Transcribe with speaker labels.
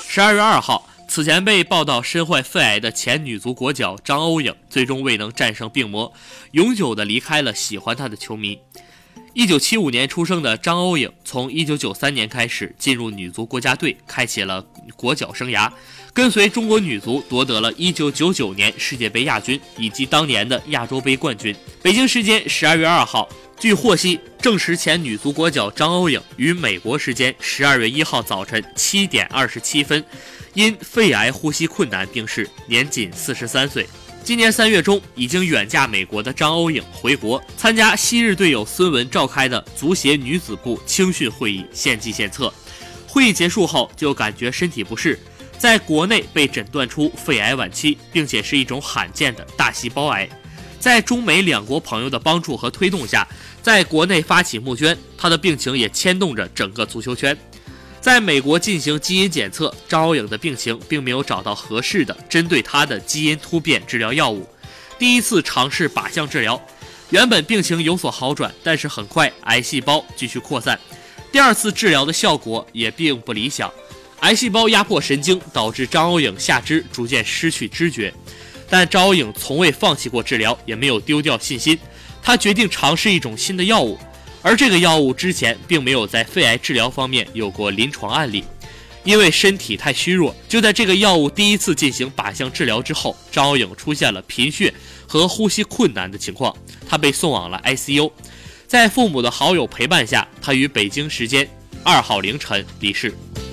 Speaker 1: 12月2号，此前被报道身患肺癌的前女足国脚张欧颖最终未能战胜病魔，永久地离开了喜欢她的球迷。1975年出生的张欧颖，从1993年开始进入女足国家队，开启了国脚生涯，跟随中国女足夺得了1999年世界杯亚军以及当年的亚洲杯冠军。北京时间12月2号，据获悉，证实前女足国脚张欧颖于美国时间12月1号早晨7点27分，因肺癌呼吸困难病逝，年仅43岁。今年3月中，已经远嫁美国的张欧颖回国，参加昔日队友孙雯召开的足协女子部青训会议，献计献策。会议结束后，就感觉身体不适，在国内被诊断出肺癌晚期，并且是一种罕见的大细胞癌。在中美两国朋友的帮助和推动下，在国内发起募捐，他的病情也牵动着整个足球圈。在美国进行基因检测，张欧颖的病情并没有找到合适的针对他的基因突变治疗药物，第一次尝试靶向治疗，原本病情有所好转，但是很快癌细胞继续扩散，第二次治疗的效果也并不理想，癌细胞压迫神经，导致张欧颖下肢逐渐失去知觉。但张欧颖从未放弃过治疗，也没有丢掉信心，他决定尝试一种新的药物，而这个药物之前并没有在肺癌治疗方面有过临床案例。因为身体太虚弱，就在这个药物第一次进行靶向治疗之后，张欧颖出现了贫血和呼吸困难的情况，他被送往了 ICU。 在父母的好友陪伴下，他于北京时间2号凌晨离世。